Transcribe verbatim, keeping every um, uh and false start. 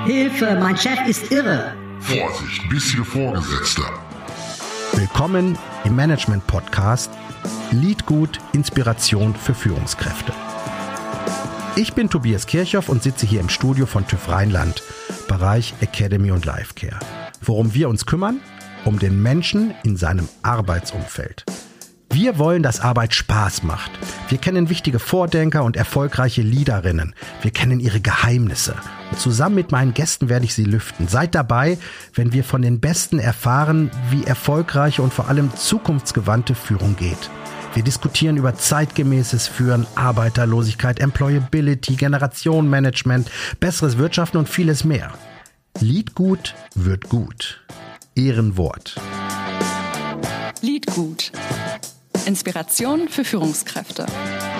Hilfe, mein Chef ist irre. Vorsicht, bisschen Vorgesetzter. Willkommen im Management-Podcast Lead gut, Inspiration für Führungskräfte. Ich bin Tobias Kirchhoff und sitze hier im Studio von TÜV Rheinland, Bereich Academy und Lifecare. Worum wir uns kümmern? Um den Menschen in seinem Arbeitsumfeld. Wir wollen, dass Arbeit Spaß macht. Wir kennen wichtige Vordenker und erfolgreiche Leaderinnen. Wir kennen ihre Geheimnisse. Und zusammen mit meinen Gästen werde ich sie lüften. Seid dabei, wenn wir von den Besten erfahren, wie erfolgreiche und vor allem zukunftsgewandte Führung geht. Wir diskutieren über zeitgemäßes Führen, Arbeiterlosigkeit, Employability, Generationenmanagement, besseres Wirtschaften und vieles mehr. Lead gut wird gut. Ehrenwort. Lead gut. Inspiration für Führungskräfte.